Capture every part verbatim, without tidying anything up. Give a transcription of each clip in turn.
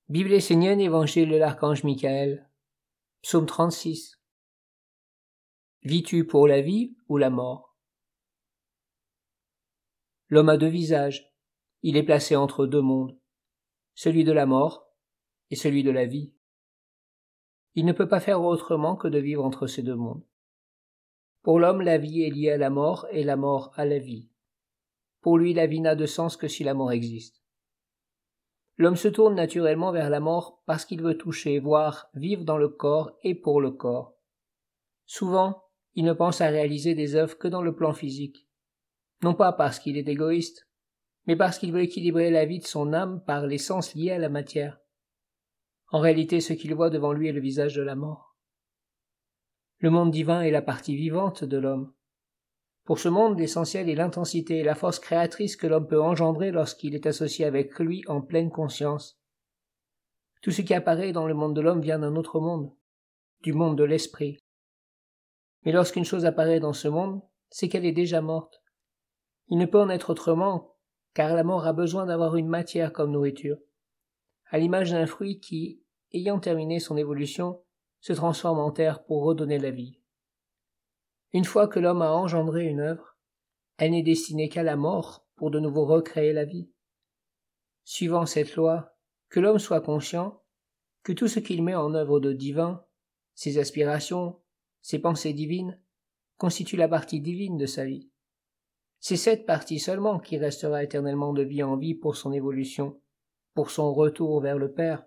Bible essénienne, Évangile de l'archange Michael, Psaume trente-six. Vis-tu pour la vie ou la mort? L'homme a deux visages, il est placé entre deux mondes, celui de la mort et celui de la vie. Il ne peut pas faire autrement que de vivre entre ces deux mondes. Pour l'homme, la vie est liée à la mort et la mort à la vie. Pour lui, la vie n'a de sens que si la mort existe. L'homme se tourne naturellement vers la mort parce qu'il veut toucher, voir, vivre dans le corps et pour le corps. Souvent, il ne pense à réaliser des œuvres que dans le plan physique. Non pas parce qu'il est égoïste, mais parce qu'il veut équilibrer la vie de son âme par l'essence liée à la matière. En réalité, ce qu'il voit devant lui est le visage de la mort. Le monde divin est la partie vivante de l'homme. Pour ce monde, l'essentiel est l'intensité et la force créatrice que l'homme peut engendrer lorsqu'il est associé avec lui en pleine conscience. Tout ce qui apparaît dans le monde de l'homme vient d'un autre monde, du monde de l'esprit. Mais lorsqu'une chose apparaît dans ce monde, c'est qu'elle est déjà morte. Il ne peut en être autrement, car la mort a besoin d'avoir une matière comme nourriture, à l'image d'un fruit qui, ayant terminé son évolution, se transforme en terre pour redonner la vie. Une fois que l'homme a engendré une œuvre, elle n'est destinée qu'à la mort pour de nouveau recréer la vie. Suivant cette loi, que l'homme soit conscient que tout ce qu'il met en œuvre de divin, ses aspirations, ses pensées divines, constitue la partie divine de sa vie. C'est cette partie seulement qui restera éternellement de vie en vie pour son évolution, pour son retour vers le Père.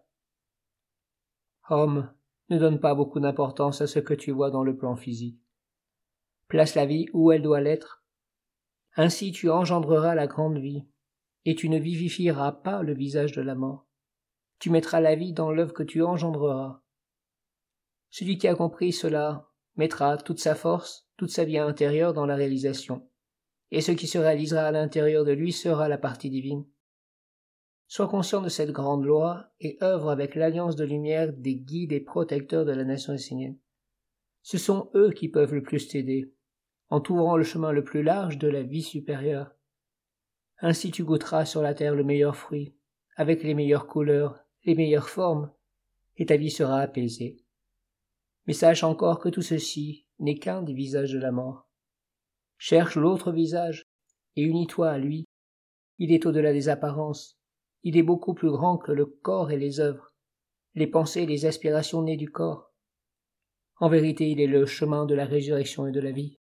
Homme, ne donne pas beaucoup d'importance à ce que tu vois dans le plan physique. Place la vie où elle doit l'être. Ainsi tu engendreras la grande vie, et tu ne vivifieras pas le visage de la mort. Tu mettras la vie dans l'œuvre que tu engendreras. Celui qui a compris cela mettra toute sa force, toute sa vie intérieure dans la réalisation, et ce qui se réalisera à l'intérieur de lui sera la partie divine. Sois conscient de cette grande loi et œuvre avec l'alliance de lumière des guides et protecteurs de la nation essénienne. Ce sont eux qui peuvent le plus t'aider, en t'ouvrant le chemin le plus large de la vie supérieure. Ainsi tu goûteras sur la terre le meilleur fruit, avec les meilleures couleurs, les meilleures formes, et ta vie sera apaisée. Mais sache encore que tout ceci n'est qu'un des visages de la mort. Cherche l'autre visage, et unis-toi à lui. Il est au-delà des apparences. Il est beaucoup plus grand que le corps et les œuvres, les pensées et les aspirations nées du corps. En vérité, il est le chemin de la résurrection et de la vie.